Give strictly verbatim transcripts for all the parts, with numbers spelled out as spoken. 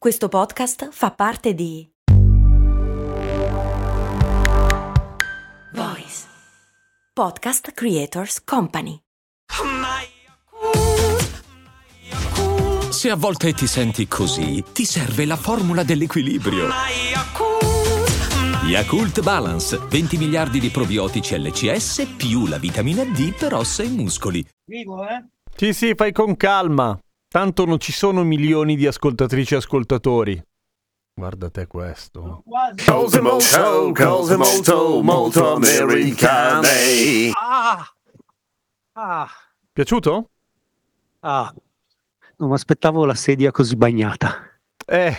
Questo podcast fa parte di Voice Podcast Creators Company. Se a volte ti senti così, ti serve la formula dell'equilibrio. Yakult Balance, venti miliardi di probiotici L C S più la vitamina D per ossa e muscoli. Vivo, eh? Sì, sì, fai con calma. Tanto non ci sono milioni di ascoltatrici e ascoltatori. Guarda te questo. Quasi. Cose molto, cose molto, molto americane. Ah! Ah! Piaciuto? Ah! Non mi aspettavo la sedia così bagnata. Eh,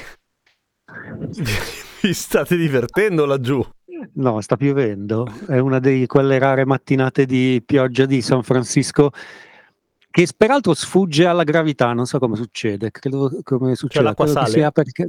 vi state divertendo laggiù. No, sta piovendo. È una di quelle rare mattinate di pioggia di San Francisco che peraltro sfugge alla gravità. Non so come succede. Credo come succede. l'acqua Credo che sale? sia perché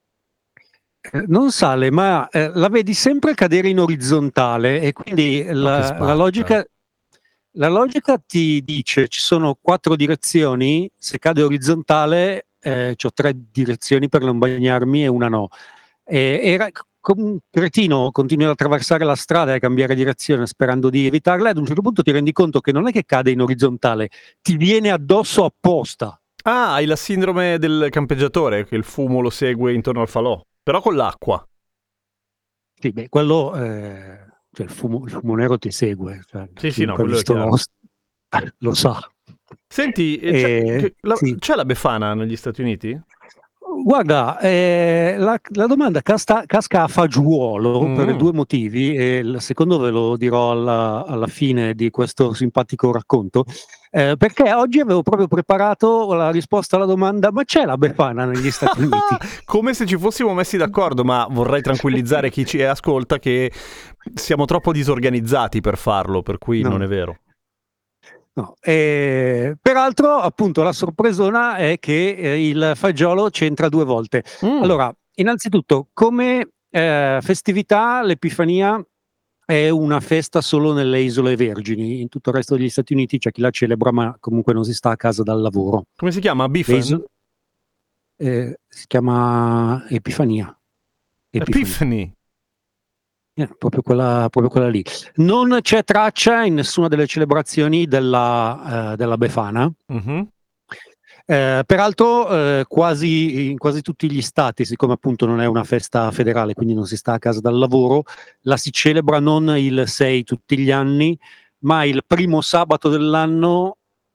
eh, non sale, ma eh, la vedi sempre cadere in orizzontale e quindi che la, sbatta. la logica la logica ti dice ci sono quattro direzioni, se cade orizzontale eh, ho tre direzioni per non bagnarmi e una no. E era come un cretino, continui ad attraversare la strada e a cambiare direzione sperando di evitarla, e ad un certo punto ti rendi conto che non è che cade in orizzontale, ti viene addosso apposta. Ah, hai la sindrome del campeggiatore, che il fumo lo segue intorno al falò. Però con l'acqua. Sì, beh, quello, eh, cioè il fumo, il fumo nero ti segue. Cioè, Sì, sì, no, chiunque ha quello è visto chiaro. Lost, eh, lo sa. Senti, eh, c'è, Eh, che- la- sì. c'è la Befana negli Stati Uniti? Guarda, eh, la, la domanda casta- casca a fagiolo Mm. per due motivi, e il secondo ve lo dirò alla, alla fine di questo simpatico racconto, eh, perché oggi avevo proprio preparato la risposta alla domanda: ma c'è la Befana negli Stati Uniti? Come se ci fossimo messi d'accordo, ma vorrei tranquillizzare chi ci ascolta che siamo troppo disorganizzati per farlo, per cui No. non è vero. No. Eh, peraltro, appunto, la sorpresona è che eh, il fagiolo c'entra due volte. Mm. Allora, innanzitutto, come eh, festività, l'Epifania è una festa solo nelle Isole Vergini. In tutto il resto degli Stati Uniti c'è chi la celebra, ma comunque non si sta a casa dal lavoro. Come si chiama? Le Bifen? iso- eh, si chiama Epifania. Epifania. Epiphany. Eh, proprio quella, proprio quella lì. Non c'è traccia in nessuna delle celebrazioni della, eh, della Befana. Mhm. Eh, peraltro, eh, quasi in quasi tutti gli stati, siccome appunto non è una festa federale, quindi non si sta a casa dal lavoro, la si celebra non il sei tutti gli anni, ma il primo sabato dell'anno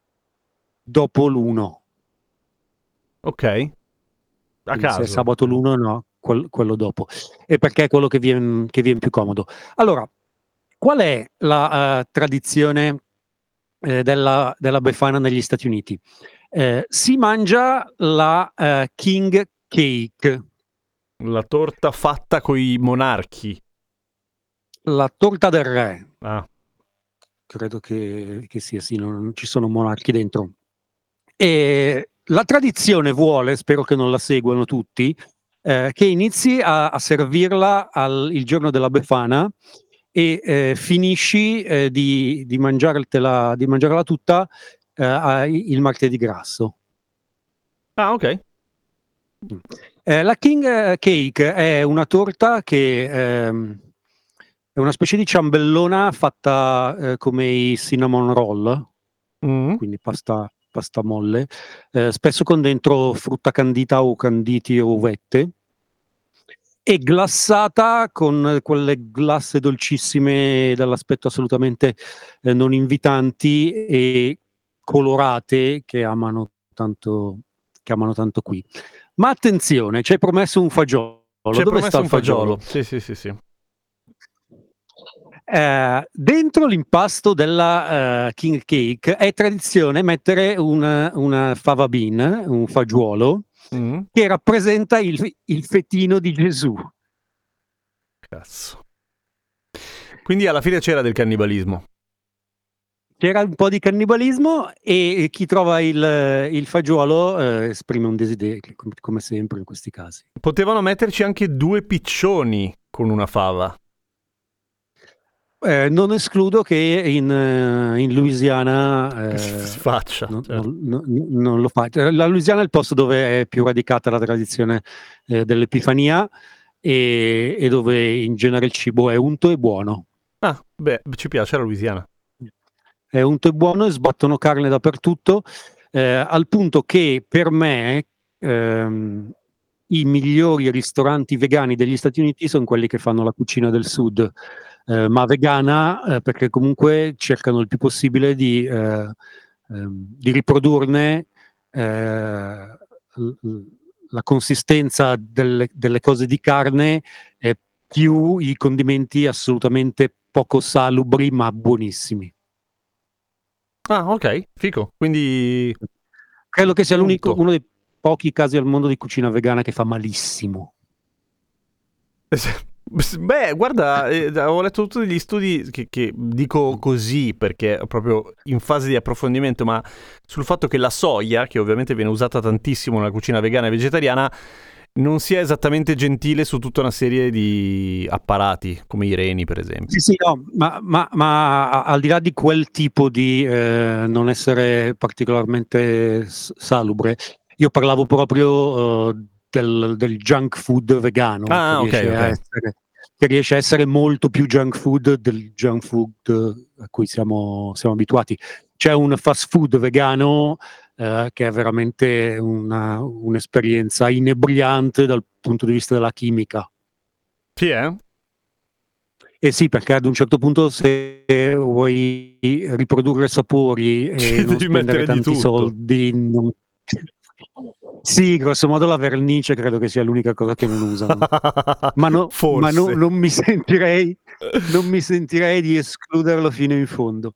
dopo l'uno. Ok. A Quindi se caso. è sabato l'uno, no, quel- quello dopo. E perché è quello che viene, che viene più comodo. Allora, qual è la eh, tradizione eh, della, della Befana negli Stati Uniti? Eh, si mangia la eh, King Cake, La torta fatta coi monarchi. la torta del re. Ah. Credo che, che sia sì, non, non ci sono monarchi dentro. E la tradizione vuole, spero che non la seguano tutti, eh, che inizi a, a servirla al, il giorno della Befana e eh, finisci eh, di, di, mangiartela, di mangiarla tutta eh, a- il martedì grasso. Ah, ok. Eh, la King Cake è una torta che ehm, è una specie di ciambellona fatta eh, come i cinnamon roll, Mm. quindi pasta, pasta molle, eh, spesso con dentro frutta candita o canditi o uvette, e glassata con quelle glasse dolcissime dall'aspetto assolutamente eh, non invitanti e colorate che amano tanto, che amano tanto qui. Ma attenzione, ci hai promesso un fagiolo. Ci hai Dove promesso sta il un fagiolo. fagiolo? Sì, sì, sì, sì. Eh, dentro l'impasto della eh, King Cake è tradizione mettere una, una fava bean, un fagiolo, Mm. che rappresenta il, il fetino di Gesù. Cazzo. Quindi alla fine c'era del cannibalismo. C'era un po' di cannibalismo e chi trova il, il fagiolo eh, esprime un desiderio, com- come sempre in questi casi. Potevano metterci anche due piccioni con una fava. Eh, non escludo che in, eh, in Louisiana Che si, eh, si faccia. non, certo. non- non- non lo fa. La Louisiana è il posto dove è più radicata la tradizione eh, dell'Epifania e, e dove in genere il cibo è unto e buono. Ah, beh, ci piace la Louisiana. È unto e buono e sbattono carne dappertutto, eh, al punto che per me ehm, i migliori ristoranti vegani degli Stati Uniti sono quelli che fanno la cucina del sud, eh, ma vegana eh, perché comunque cercano il più possibile di, eh, ehm, di riprodurne eh, l- la consistenza delle, delle cose di carne e più i condimenti assolutamente poco salubri ma buonissimi. Ah, ok, fico. Quindi Credo che sia l'unico, punto. uno dei pochi casi al mondo di cucina vegana che fa malissimo. Beh, guarda, eh, avevo letto tutti gli studi che, che dico così perché è proprio in fase di approfondimento, ma sul fatto che la soia, che ovviamente viene usata tantissimo nella cucina vegana e vegetariana, non sia esattamente gentile su tutta una serie di apparati, come i reni, per esempio. Sì, sì, no, ma, ma- ma a- al di là di quel tipo di eh, non essere particolarmente s- salubre, io parlavo proprio eh, del, del junk food vegano che Ah, ok, riesce a ok. essere, che riesce a essere molto più junk food del junk food a cui siamo, siamo abituati. C'è un fast food vegano eh, che è veramente una- un'esperienza inebriante dal punto di vista della chimica. Sì, eh? Eh sì, perché ad un certo punto se vuoi riprodurre sapori e Ci non devi spendere mettere di tanti tutto. soldi, non... Sì, grosso modo la vernice credo che sia l'unica cosa che non usano. Ma, no, ma no- Forse. non mi sentirei, non mi sentirei di escluderlo fino in fondo.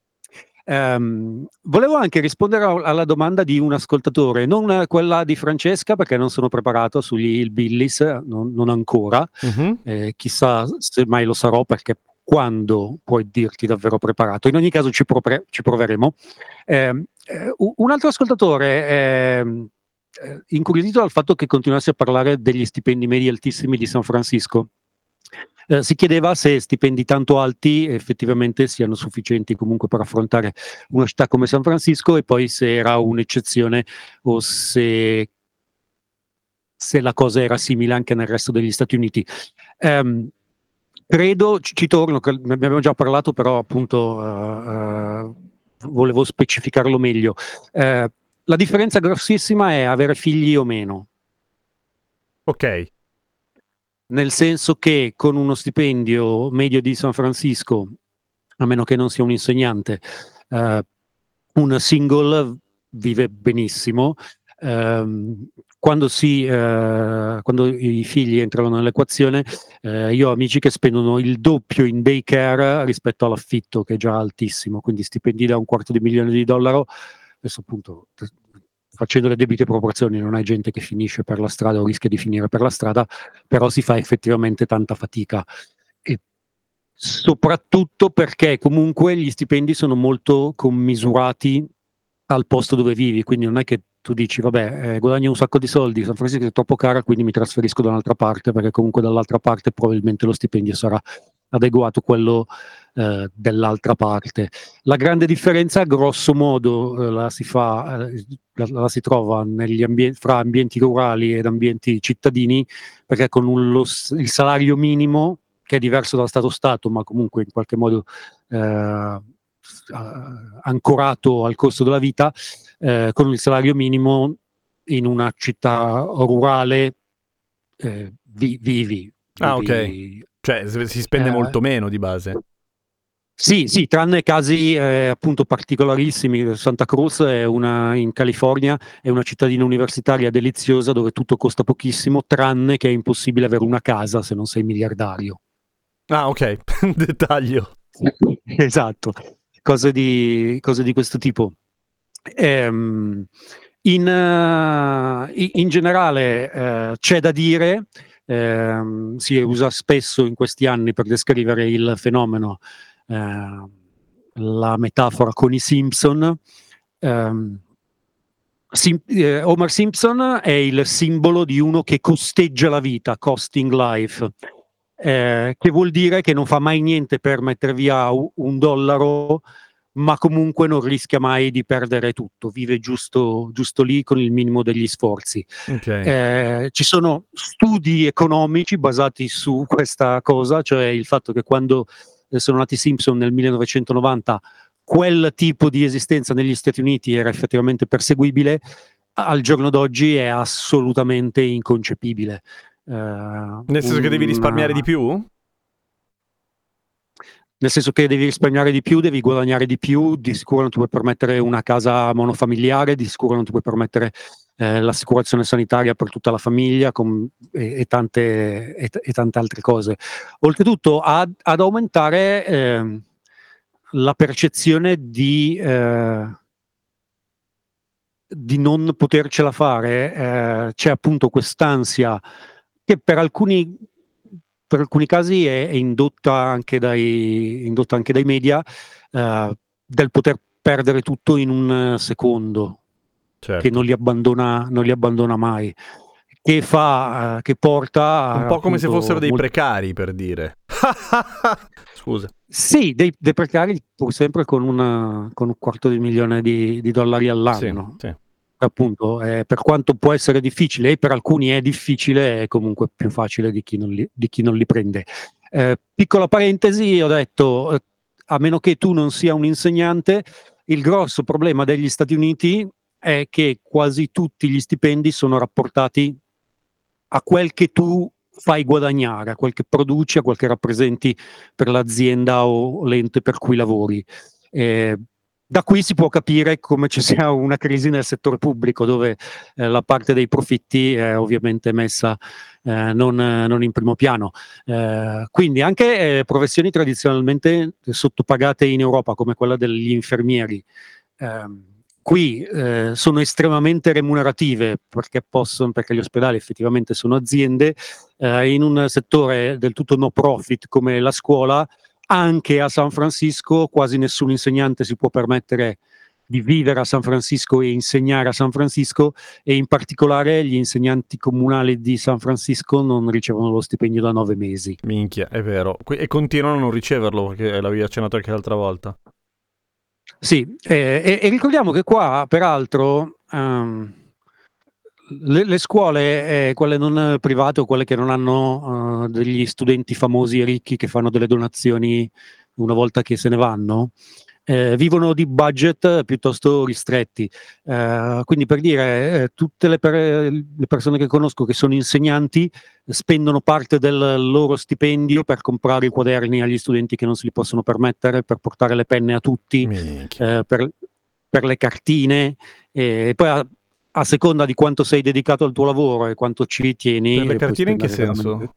Ehm, volevo anche rispondere a- alla domanda di un ascoltatore, non quella di Francesca, perché non sono preparato sugli hillbillies, non, non ancora. Mhm. Eh, chissà se mai lo sarò, perché quando puoi dirti davvero preparato. In ogni caso ci, propre- ci proveremo. Ehm, eh, u- un altro ascoltatore è eh, incuriosito dal fatto che continuassi a parlare degli stipendi medi altissimi di San Francisco. Eh, si chiedeva se stipendi tanto alti effettivamente siano sufficienti comunque per affrontare una città come San Francisco e poi se era un'eccezione o se, se la cosa era simile anche nel resto degli Stati Uniti. Ehm, credo, ci, ci torno, che ne abbiamo già parlato, però appunto eh, eh, volevo specificarlo meglio. Eh, la differenza grossissima è avere figli o meno. Ok. Nel senso che con uno stipendio medio di San Francisco, a meno che non sia un insegnante, eh, un single vive benissimo. Ehm, quando, si, eh, quando i figli entrano nell'equazione, eh, io ho amici che spendono il doppio in daycare rispetto all'affitto, che è già altissimo, quindi stipendi da un quarto di milione di dollari. Adesso appunto, facendo le debite proporzioni, non hai gente che finisce per la strada o rischia di finire per la strada, però si fa effettivamente tanta fatica. E soprattutto perché comunque gli stipendi sono molto commisurati al posto dove vivi, quindi non è che tu dici vabbè, eh, guadagno un sacco di soldi, San Francisco è troppo cara, quindi mi trasferisco da un'altra parte, perché comunque dall'altra parte probabilmente lo stipendio sarà adeguato a quello eh, dell'altra parte. La grande differenza, grosso modo, eh, la si fa, eh, la, la si trova negli ambien- fra ambienti rurali ed ambienti cittadini, perché con un- lo s- il salario minimo, che è diverso da Stato a Stato, ma comunque in qualche modo eh, ancorato al costo della vita, eh, con il salario minimo in una città rurale eh, vi- vivi, Ah, ok. vivi Cioè, s- si spende eh, molto meno di base. sì, sì, tranne casi eh, appunto particolarissimi. Santa Cruz è una, in California, è una cittadina universitaria deliziosa dove tutto costa pochissimo, tranne che è impossibile avere una casa se non sei miliardario. Ah, ok. Dettaglio. Esatto, cose di, cose di questo tipo. Ehm, in, eh, in- in generale eh, c'è da dire, ehm, si usa spesso in questi anni per descrivere il fenomeno, eh, la metafora con i Simpson. Ehm, Sim- eh, Homer Simpson è il simbolo di uno che costeggia la vita, costing life. eh, che vuol dire che non fa mai niente per mettere via u- un dollaro, ma comunque non rischia mai di perdere tutto, vive giusto, giusto lì con il minimo degli sforzi. Ok. Eh, ci sono studi economici basati su questa cosa, cioè il fatto che quando eh, sono nati i Simpson nel millenovecentonovanta, quel tipo di esistenza negli Stati Uniti era effettivamente perseguibile, al giorno d'oggi è assolutamente inconcepibile. Eh, Nel senso che devi una- risparmiare di più? Nel senso che devi risparmiare di più, devi guadagnare di più, di sicuro non ti puoi permettere una casa monofamiliare, di sicuro non ti puoi permettere eh, l'assicurazione sanitaria per tutta la famiglia com- e, e, tante, e, e tante altre cose. Oltretutto ad, ad aumentare eh, la percezione di, eh, di non potercela fare, eh, c'è appunto quest'ansia che per alcuni, per alcuni casi è, è indotta, anche dai, indotta anche dai media, eh, del poter perdere tutto in un secondo, Certo. che non li abbandona, non li abbandona mai, che fa, eh, che porta Un po' come se appunto, fossero dei molti- precari, per dire. Scusa. Sì, dei, dei precari pur sempre con, una, con un quarto di milione di, di dollari Sì, all'anno. sì. Appunto, eh, per quanto può essere difficile, e per alcuni è difficile, è comunque più facile di chi non li, di chi non li prende. Eh, piccola parentesi, ho detto, eh, a meno che tu non sia un insegnante, il grosso problema degli Stati Uniti è che quasi tutti gli stipendi sono rapportati a quel che tu fai guadagnare, a quel che produci, a quel che rappresenti per l'azienda o l'ente per cui lavori. Eh, da qui si può capire come ci sia una crisi nel settore pubblico, dove eh, la parte dei profitti è ovviamente messa eh, non, non in primo piano. Eh, quindi anche eh, professioni tradizionalmente sottopagate in Europa, come quella degli infermieri, ehm, qui eh, sono estremamente remunerative perché possono, perché gli ospedali effettivamente sono aziende, eh, in un settore del tutto no profit come la scuola. Anche a San Francisco quasi nessun insegnante si può permettere di vivere a San Francisco e insegnare a San Francisco, e in particolare gli insegnanti comunali di San Francisco non ricevono lo stipendio da nove mesi. Minchia, è vero. Que- E continuano a non riceverlo, perché l'avevi accennato anche l'altra volta. Sì, eh, e, e ricordiamo che qua, peraltro, ehm, le, le scuole, eh, quelle non private o quelle che non hanno eh, degli studenti famosi e ricchi che fanno delle donazioni una volta che se ne vanno, eh, vivono di budget piuttosto ristretti. Eh, quindi, per dire, eh, tutte le, per- le persone che conosco che sono insegnanti spendono parte del loro stipendio per comprare i quaderni agli studenti che non se li possono permettere, per portare le penne a tutti, Minchia. eh, per, per le cartine, e poi a, a seconda di quanto sei dedicato al tuo lavoro e quanto ci tieni, Per le puoi cartine in che spendere senso? veramente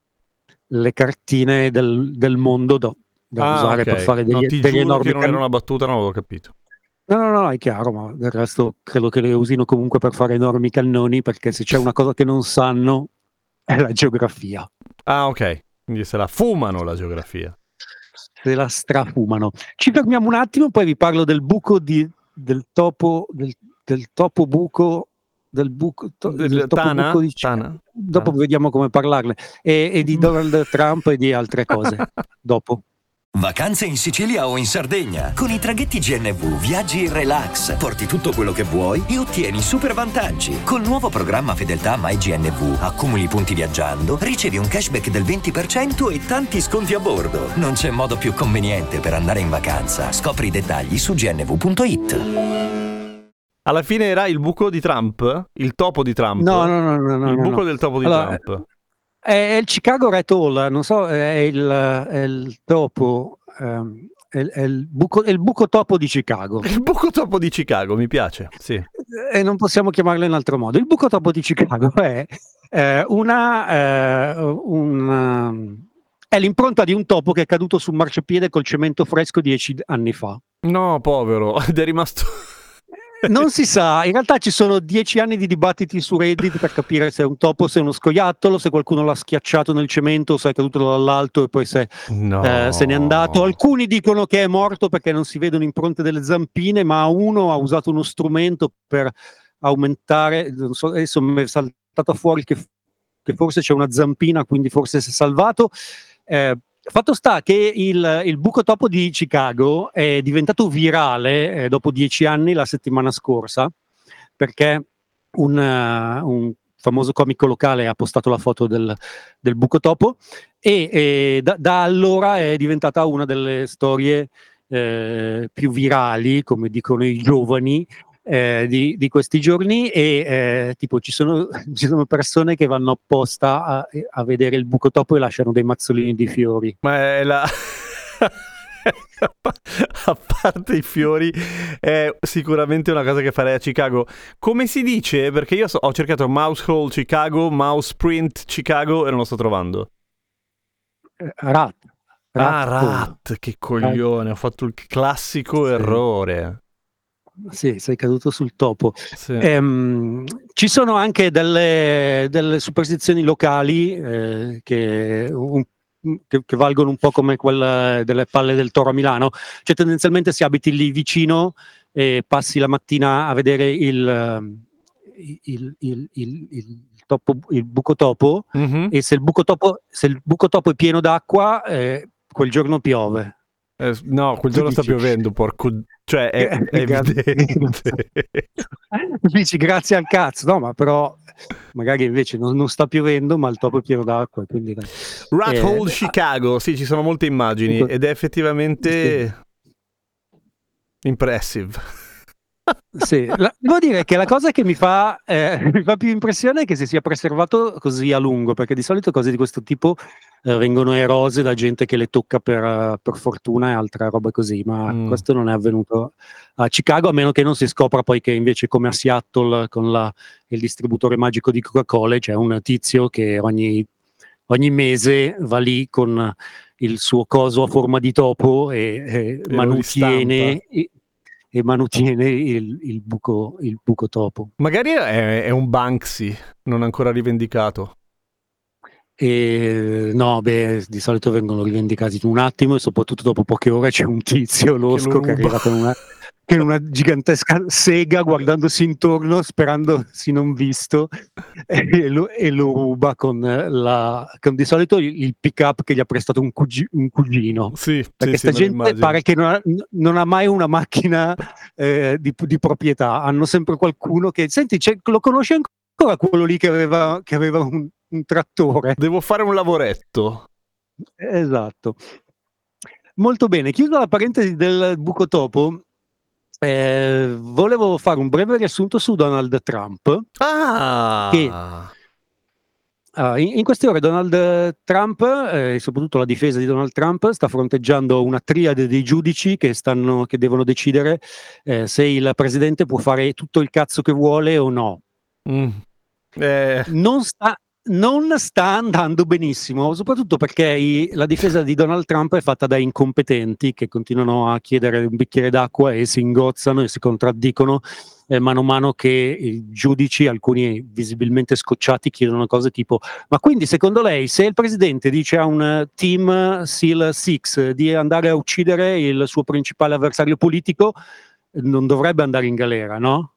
le cartine del, del mondo da, da Ah, usare ok. per fare No, degli, ti degli giuro enormi che non era can- una battuta, non avevo capito. No, no, no, è chiaro, ma del resto credo che le usino comunque per fare enormi cannoni, perché se c'è una cosa che non sanno è la geografia. Ah, ok. Quindi se la fumano la geografia. Se la strafumano. Ci fermiamo un attimo, poi vi parlo del buco di, del topo, del, del topo buco, del buco, to- Del- del topo Tana? buco di Chicago. Tana? Dopo Tana? vediamo come parlarne, e, e di Donald Trump e di altre cose. Dopo. Vacanze in Sicilia o in Sardegna. Con i traghetti G N V viaggi in relax, porti tutto quello che vuoi e ottieni super vantaggi. Col nuovo programma Fedeltà MyGNV accumuli punti viaggiando, ricevi un cashback del venti per cento e tanti sconti a bordo. Non c'è modo più conveniente per andare in vacanza. Scopri i dettagli su g n v punto i t. Alla fine era il buco di Trump? Il topo di Trump? No, no, no, no, no, Il no, buco no. del topo di Allora, Trump. È, è il Chicago Red Hole, non so, è il, è il topo, ehm, è, è il buco, è il buco topo di Chicago. Il buco topo di Chicago, mi piace, sì. E non possiamo chiamarlo in altro modo. Il buco topo di Chicago è eh, una, eh, una è l'impronta di un topo che è caduto sul marciapiede col cemento fresco dieci anni fa. No, povero, ed è rimasto... Non si sa, in realtà ci sono dieci anni di dibattiti su Reddit per capire se è un topo, se è uno scoiattolo, se qualcuno l'ha schiacciato nel cemento, se è caduto dall'alto e poi se, No. eh, se n'è andato. Alcuni dicono che è morto perché non si vedono impronte delle zampine, ma uno ha usato uno strumento per aumentare, non so, adesso mi è saltato fuori che che forse c'è una zampina, quindi forse si è salvato. Eh, fatto sta che il, il buco topo di Chicago è diventato virale eh, dopo dieci anni la settimana scorsa, perché un, uh, un famoso comico locale ha postato la foto del, del buco topo e, e da, da allora è diventata una delle storie eh, più virali, come dicono i giovani, eh, di, di questi giorni, e eh, tipo ci sono, ci sono persone che vanno apposta a, a vedere il buco topo e lasciano dei mazzolini di fiori. Ma è la... a parte i fiori, è sicuramente una cosa che farei a Chicago. Come si dice? Perché io so, ho cercato Mouse Hole Chicago, Mouse Print Chicago e non lo sto trovando. Eh, rat. Ah, rat, che coglione, ho fatto il classico sì. errore. Sì, sei caduto sul topo. Sì. Ehm, ci sono anche delle, delle superstizioni locali eh, che, un, che, che valgono un po' come quella delle palle del toro a Milano. Cioè tendenzialmente si abiti lì vicino e passi la mattina a vedere il, il, il, il, il, il, topo, il buco topo mm-hmm. e se il buco topo, se il buco topo è pieno d'acqua eh, quel giorno piove. Eh, no, quel giorno sta piovendo, porco... Cioè, è, è evidente. Dici grazie al cazzo, no, ma però magari invece non, non sta piovendo, ma il topo è pieno d'acqua. Quindi... Rat eh, Hole Chicago, sì, ci sono molte immagini ed è effettivamente sì. impressive. Sì, la, devo dire che la cosa che mi fa, eh, mi fa più impressione è che si sia preservato così a lungo, perché di solito cose di questo tipo eh, vengono erose da gente che le tocca per, per fortuna e altra roba così, ma mm. questo non è avvenuto a Chicago, a meno che non si scopra poi che invece come a Seattle con la, il distributore magico di Coca-Cola c'è un tizio che ogni, ogni mese va lì con il suo coso a forma di topo e, e, e manutiene... e manutiene il, il, buco, il buco topo. Magari è, è un Banksy non ancora rivendicato. E, no, beh, di solito vengono rivendicati in un attimo e soprattutto dopo poche ore c'è un tizio losco che, che arriva con una, con una gigantesca sega guardandosi intorno sperando si non visto e lo, e lo ruba con, la, con di solito il, il pick up che gli ha prestato un, cugi, un cugino. Sì, perché sì, sta sì, gente pare che non ha, non ha mai una macchina eh, di, di proprietà, hanno sempre qualcuno che senti, lo conosci ancora quello lì che aveva, che aveva un, un trattore? Devo fare un lavoretto. Esatto. Molto bene, chiudo la parentesi del buco topo. Eh, volevo fare un breve riassunto su Donald Trump. Ah! Che, uh, in, in queste ore Donald Trump, e eh, soprattutto la difesa di Donald Trump, sta fronteggiando una triade di giudici che, stanno, che devono decidere eh, se il presidente può fare tutto il cazzo che vuole o no. Mm. Eh. Non sta... Non sta andando benissimo, soprattutto perché i, la difesa di Donald Trump è fatta da incompetenti che continuano a chiedere un bicchiere d'acqua e si ingozzano e si contraddicono eh, mano a mano che i giudici, alcuni visibilmente scocciati, chiedono cose tipo: ma quindi secondo lei se il presidente dice a un team SEAL sei di andare a uccidere il suo principale avversario politico non dovrebbe andare in galera, no?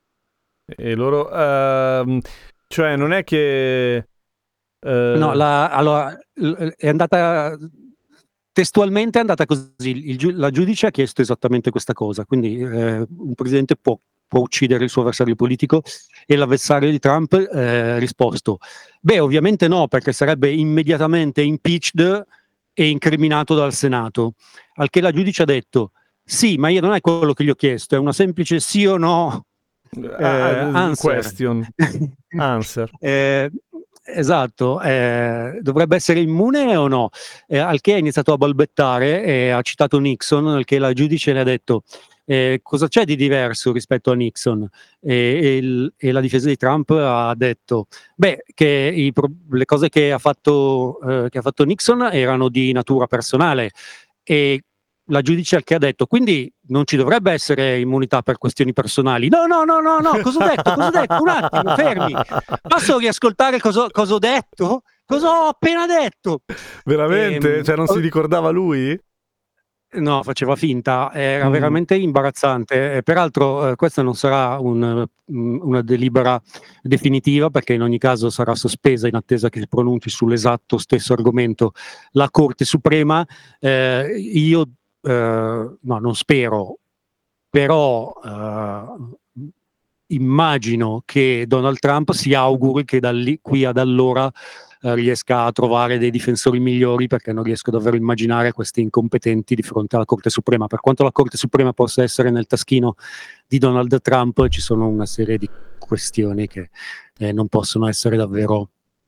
E loro... Uh... Cioè, non è che... Uh... No, la, allora, è andata... Testualmente è andata così. Il, la giudice ha chiesto esattamente questa cosa. Quindi eh, un presidente può, può uccidere il suo avversario politico e l'avversario di Trump ha eh, risposto: beh, ovviamente no, perché sarebbe immediatamente impeached e incriminato dal Senato. Al che la giudice ha detto: sì, ma io non è quello che gli ho chiesto, è una semplice sì o no. Eh, ah, answer. Question. Answer. eh, esatto, eh, dovrebbe essere immune o no? Eh, al che ha iniziato a balbettare e ha citato Nixon, al che la giudice le ha detto: eh, cosa c'è di diverso rispetto a Nixon? E, e, il, e la difesa di Trump ha detto: beh, che i, le cose che ha fatto, eh, che ha fatto Nixon erano di natura personale. E la giudice che ha detto: quindi non ci dovrebbe essere immunità per questioni personali. No, no, no, no, no, cosa ho detto? Cosa ho detto? Un attimo, fermi. Posso riascoltare cosa, cosa ho detto? Cosa ho appena detto? Veramente? Ehm, cioè non si ricordava lui? No, faceva finta, era Mm. veramente imbarazzante. E peraltro eh, questa non sarà un- un- una delibera definitiva, perché in ogni caso sarà sospesa in attesa che si pronunci sull'esatto stesso argomento la Corte Suprema. Eh, io eh, no, non spero, però eh, immagino che Donald Trump si auguri che da lì, qui ad allora eh, riesca a trovare dei difensori migliori, perché non riesco davvero a immaginare questi incompetenti di fronte alla Corte Suprema. Per quanto la Corte Suprema possa essere nel taschino di Donald Trump, ci sono una serie di questioni che eh, non possono essere davvero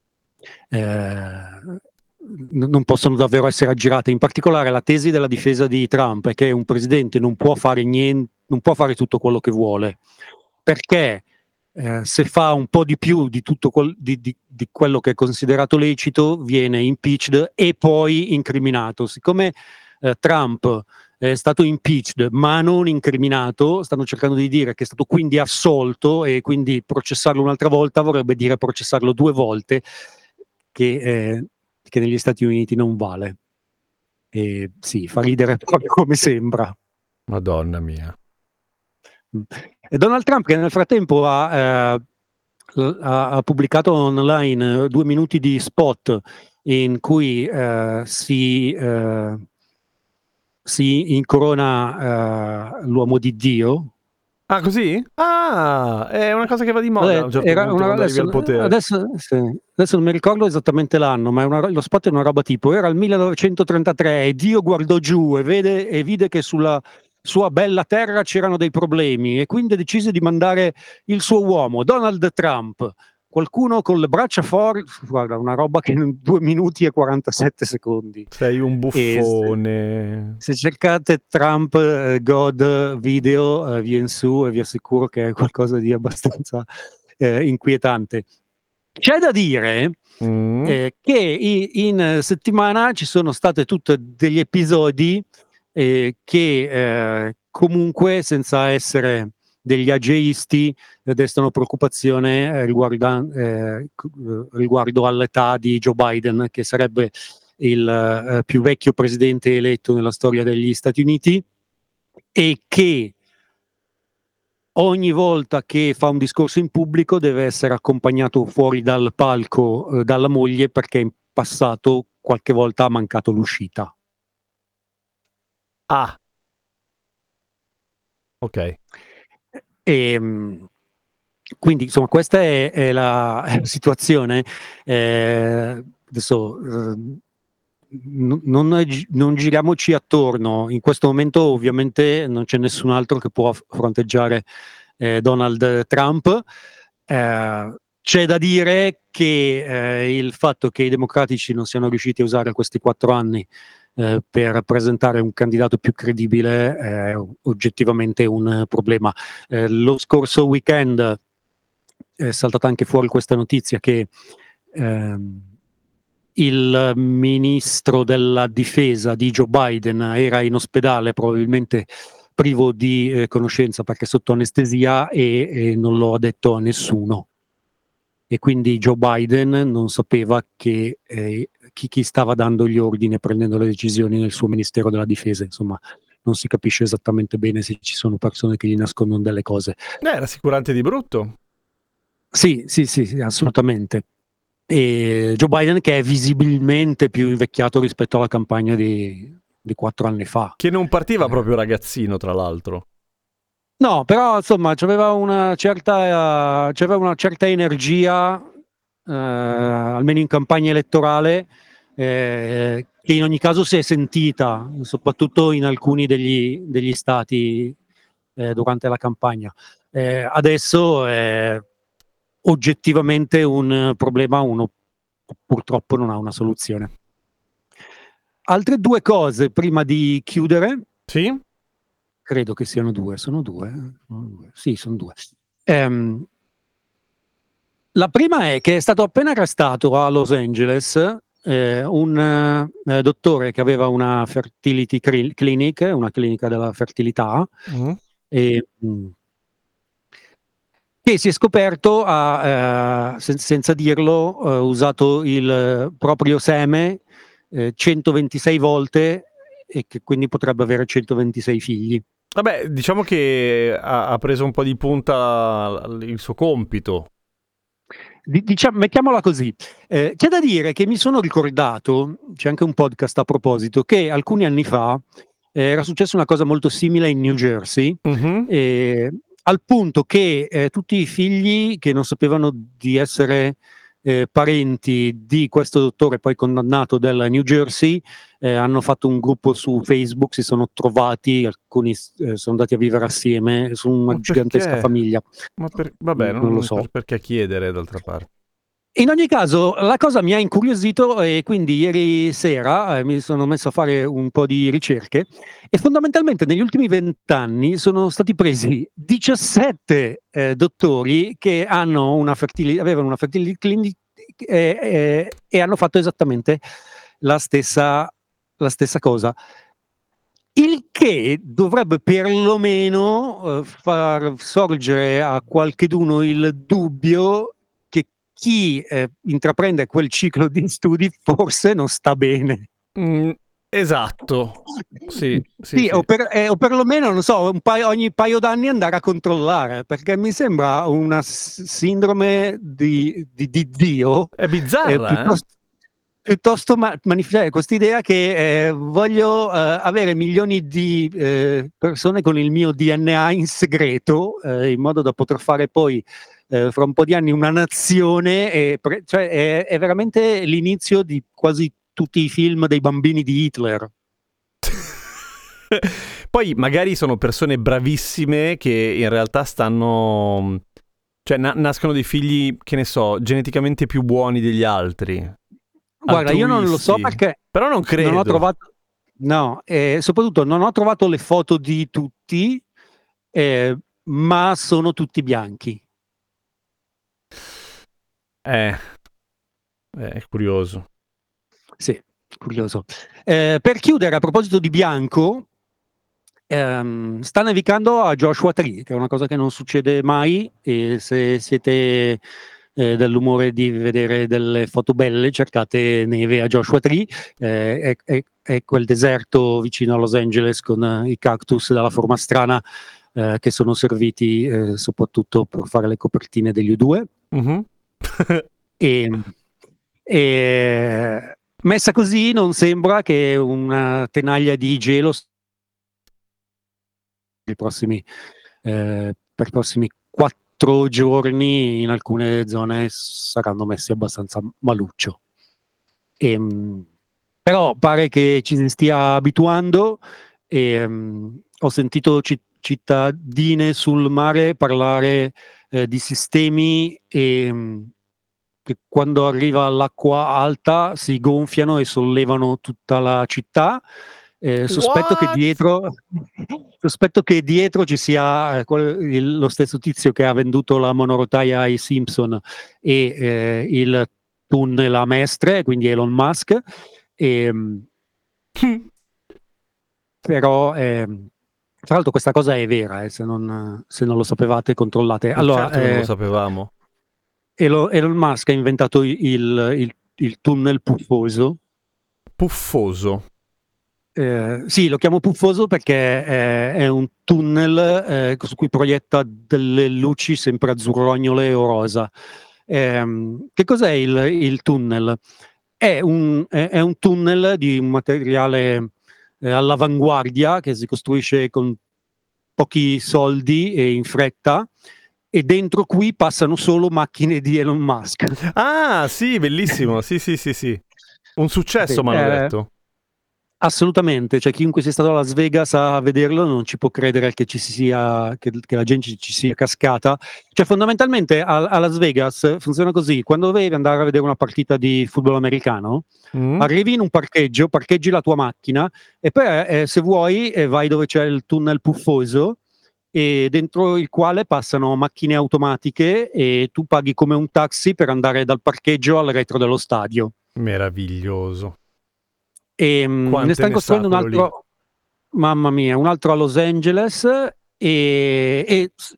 eh, non possono davvero essere aggirate. In particolare la tesi della difesa di Trump è che un presidente non può fare niente, non può fare tutto quello che vuole, perché eh, se fa un po' di più di tutto quel, di, di, di quello che è considerato lecito, viene impeached e poi incriminato. Siccome eh, Trump è stato impeached ma non incriminato, stanno cercando di dire che è stato quindi assolto, e quindi processarlo un'altra volta vorrebbe dire processarlo due volte, che, eh, che negli Stati Uniti non vale. E sì, fa ridere proprio come sembra. Madonna mia. E Donald Trump, che nel frattempo ha, eh, ha, ha pubblicato online due minuti di spot in cui eh, si, eh, si incorona eh, l'uomo di Dio. Ah, così? Ah, è una cosa che va di moda a un certo Era punto una- quando arrivi adesso, al potere. adesso, sì, adesso non mi ricordo esattamente l'anno, ma è una, lo spot è una roba tipo: era il millenovecentotrentatré e Dio guardò giù e, vede, e vide che sulla sua bella terra c'erano dei problemi, e quindi decise di mandare il suo uomo, Donald Trump, qualcuno con le braccia forti. Guarda, una roba che in due minuti e quarantasette secondi. Sei un E buffone. se, se cercate Trump eh, God video, eh, viene su, e vi assicuro che è qualcosa di abbastanza eh, inquietante. C'è da dire Mm. eh, che i- in settimana ci sono stati tutti degli episodi eh, che eh, comunque, senza essere degli ageisti, eh, destano preoccupazione eh, riguarda- eh, c- riguardo all'età di Joe Biden, che sarebbe il eh, più vecchio presidente eletto nella storia degli Stati Uniti, e che ogni volta che fa un discorso in pubblico deve essere accompagnato fuori dal palco eh, dalla moglie, perché in passato qualche volta ha mancato l'uscita. Ah. Ok. E, mh, quindi insomma questa è, è la, è la situazione. Eh, adesso eh, n- non, gi- non giriamoci attorno. In questo momento ovviamente non c'è nessun altro che può f- fronteggiare eh, Donald Trump. Eh, c'è da dire che eh, il fatto che i democratici non siano riusciti a usare questi quattro anni eh, per presentare un candidato più credibile è oggettivamente un problema. Eh, lo scorso weekend è saltata anche fuori questa notizia che ehm, il ministro della difesa di Joe Biden era in ospedale, probabilmente privo di eh, conoscenza perché sotto anestesia, e, e non lo ha detto a nessuno. E quindi Joe Biden non sapeva che, eh, chi, chi stava dando gli ordini e prendendo le decisioni nel suo Ministero della Difesa. Insomma, non si capisce esattamente bene se ci sono persone che gli nascondono delle cose. Eh, rassicurante di brutto. Sì, sì, sì, sì, assolutamente. E Joe Biden, che è visibilmente più invecchiato rispetto alla campagna di, di quattro anni fa. Che non partiva Eh. proprio ragazzino, tra l'altro. No, però insomma c'aveva una certa, c'aveva una certa energia, eh, almeno in campagna elettorale, eh, che in ogni caso si è sentita, soprattutto in alcuni degli, degli stati eh, durante la campagna. Eh, adesso è oggettivamente un problema, uno purtroppo non ha una soluzione. Altre due cose prima di chiudere. Sì? Credo che siano due, sono due. Sono due. Sì, sono due. Ehm, la prima è che è stato appena arrestato a Los Angeles eh, un eh, dottore che aveva una fertility cri- clinic, una clinica della fertilità, Mm. e, mh, che si è scoperto, ha, eh, sen- senza dirlo, eh, usato il proprio seme eh, centoventisei volte e che quindi potrebbe avere centoventisei figli. Vabbè, diciamo che ha, ha preso un po' di punta il suo compito. Diciamo, mettiamola così, eh, c'è da dire che mi sono ricordato, c'è anche un podcast a proposito, che alcuni anni fa eh, era successa una cosa molto simile in New Jersey, uh-huh. eh, al punto che eh, tutti i figli che non sapevano di essere eh, parenti di questo dottore poi condannato del New Jersey eh, hanno fatto un gruppo su Facebook, si sono trovati, alcuni eh, sono andati a vivere assieme, sono una Ma gigantesca perché? famiglia. Ma per... Vabbè, non, non lo so. Per, perché chiedere d'altra parte? In ogni caso, la cosa mi ha incuriosito e quindi ieri sera eh, mi sono messo a fare un po' di ricerche e fondamentalmente negli ultimi vent'anni sono stati presi diciassette eh, dottori che hanno una fertili- avevano una fertility clinic eh, eh, e hanno fatto esattamente la stessa, la stessa cosa. Il che dovrebbe perlomeno eh, far sorgere a qualcheduno il dubbio che chi eh, intraprende quel ciclo di studi forse non sta bene. Mm, esatto. Sì, sì, sì, sì. O, per, eh, o perlomeno, non so, un paio, ogni paio d'anni andare a controllare, perché mi sembra una s- sindrome di, di, di Dio. È bizzarra, eh, eh? piuttosto, piuttosto ma- manifestare quest'idea che eh, voglio eh, avere milioni di eh, persone con il mio D N A in segreto, eh, in modo da poter fare poi eh, fra un po' di anni una nazione, e pre- cioè è, è veramente l'inizio di quasi tutti i film dei bambini di Hitler. Poi magari sono persone bravissime che in realtà stanno, cioè na- nascono dei figli, che ne so, geneticamente più buoni degli altri. Guarda, io non lo so Altruisti. perché Però non credo. non ho trovato, no, e soprattutto non ho trovato le foto di tutti, eh, ma sono tutti bianchi. Eh, eh, è curioso. Sì, curioso. Eh, per chiudere, a proposito di bianco, ehm, sta nevicando a Joshua Tree, che è una cosa che non succede mai, e se siete eh, dell'umore di vedere delle foto belle, cercate neve a Joshua Tree, eh, è, è, è quel deserto vicino a Los Angeles con eh, i cactus dalla forma strana eh, che sono serviti eh, soprattutto per fare le copertine degli U due. Uh-huh. e, e messa così non sembra che una tenaglia di gelo i prossimi, eh, per i prossimi quattro giorni in alcune zone saranno messi abbastanza maluccio. E, però pare che ci si stia abituando e um, ho sentito ci- cittadine sul mare parlare eh, di sistemi e, um, che quando arriva l'acqua alta si gonfiano e sollevano tutta la città. Eh, sospetto che What? dietro sospetto che dietro ci sia eh, quel- il- lo stesso tizio che ha venduto la monorotaia ai Simpson e eh, il tunnel a Mestre, quindi Elon Musk. E, però ehm, tra l'altro questa cosa è vera, eh, se, non, se non lo sapevate controllate. Ma Allora, certo che non lo eh, sapevamo. Elon, Elon Musk ha inventato il, il, il tunnel puffoso. Puffoso. Eh, sì, lo chiamo puffoso perché eh, è un tunnel eh, su cui proietta delle luci sempre azzurrognole o rosa. Ehm, che cos'è il, il tunnel? È un, è, è un tunnel di un materiale eh, all'avanguardia che si costruisce con pochi soldi e in fretta, e dentro qui passano solo macchine di Elon Musk. Ah, sì, bellissimo. Sì, sì, sì, sì. Un successo, Sì, mi hanno eh, detto. Assolutamente, cioè chiunque sia stato a Las Vegas a vederlo non ci può credere che ci sia, che, che la gente ci sia cascata. Cioè fondamentalmente a, a Las Vegas funziona così: quando devi andare a vedere una partita di football americano, Mm. arrivi in un parcheggio, parcheggi la tua macchina e poi eh, se vuoi eh, vai dove c'è il tunnel puffoso, e dentro il quale passano macchine automatiche e tu paghi come un taxi per andare dal parcheggio al retro dello stadio. Meraviglioso. E mh, Quante ne stanno ne costruendo sa un quello altro, mamma mia, un altro a Los Angeles, e, e- e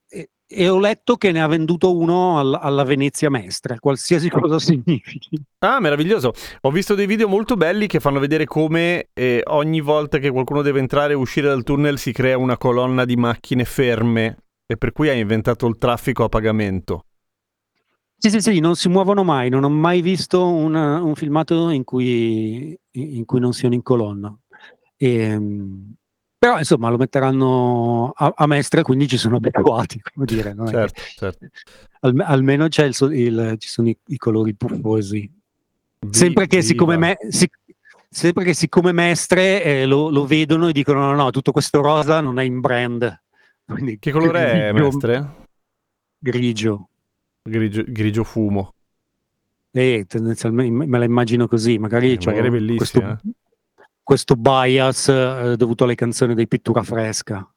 e ho letto che ne ha venduto uno al, alla Venezia Mestre, qualsiasi cosa significhi. Ah, meraviglioso. Ho visto dei video molto belli che fanno vedere come eh, ogni volta che qualcuno deve entrare e uscire dal tunnel si crea una colonna di macchine ferme e per cui ha inventato il traffico a pagamento. Sì, sì, sì, non si muovono mai, non ho mai visto una, un filmato in cui, in cui non siano in colonna. E, però insomma lo metteranno a, a Mestre, quindi ci sono adeguati, come dire. Non Certo, è che, certo. al, almeno c'è il, so- il, ci sono i, i colori puffosi. Sempre che, siccome me, si, sempre che siccome Mestre eh, lo, lo vedono e dicono no, no, tutto questo rosa non è in brand. Quindi, Che colore è, grigio, Mestre? Grigio. Grigio, grigio fumo. E tendenzialmente me la immagino così, magari, Eh, magari è bellissima, questo, eh. questo bias eh, dovuto alle canzoni dei Pittura Fresca.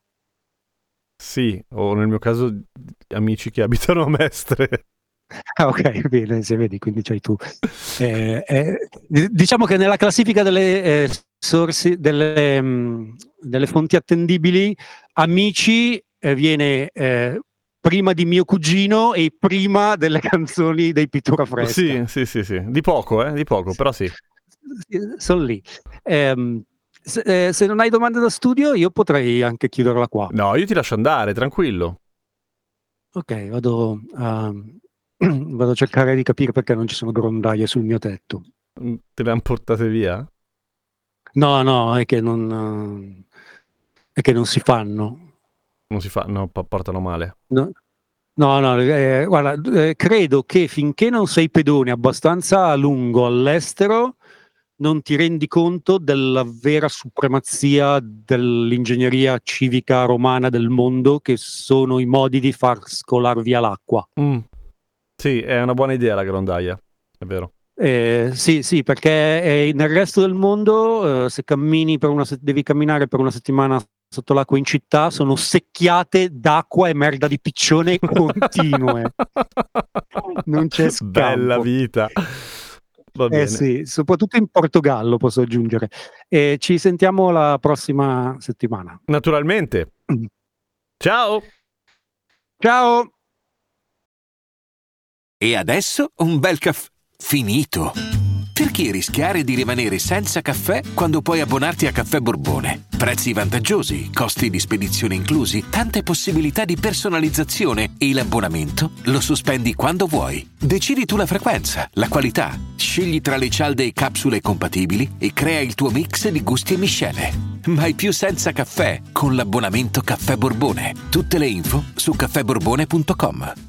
Sì, o nel mio caso amici che abitano a Mestre. Ah, ok, bene, se vedi, quindi c'hai tu. Eh, eh, diciamo che nella classifica delle eh, sorsi, delle, mh, delle fonti attendibili, Amici eh, viene eh, prima di Mio Cugino e prima delle canzoni dei Pittura Fresca. Sì, sì, sì, sì. Di poco, eh, di poco, però sì. Sono lì. Eh, se, eh, se non hai domande da studio, io potrei anche chiuderla qua. No, io ti lascio andare, tranquillo. Ok, vado a, vado a cercare di capire perché non ci sono grondaie sul mio tetto. Te le han portate via? No, no, è che non, è che non si fanno. Non si fa, no, pa- portano male. No, no, no eh, guarda, eh, credo che finché non sei pedone abbastanza a lungo all'estero, non ti rendi conto della vera supremazia dell'ingegneria civica romana del mondo, che sono i modi di far scolar via l'acqua. Mm. Sì, è una buona idea la grondaia, è vero. Eh, sì, sì, perché eh, nel resto del mondo, eh, se cammini per una se- devi camminare per una settimana sotto l'acqua in città, sono secchiate d'acqua e merda di piccione continue. Non c'è scampo. Bella vita. Va bene. Eh sì, soprattutto in Portogallo, posso aggiungere. E ci sentiamo la prossima settimana. Naturalmente. Ciao! Ciao! E adesso un bel caffè finito. Perché rischiare di rimanere senza caffè quando puoi abbonarti a Caffè Borbone? Prezzi vantaggiosi, costi di spedizione inclusi, tante possibilità di personalizzazione e l'abbonamento lo sospendi quando vuoi. Decidi tu la frequenza, la qualità, scegli tra le cialde e capsule compatibili e crea il tuo mix di gusti e miscele. Mai più senza caffè con l'abbonamento Caffè Borbone. Tutte le info su caffè borbone punto com.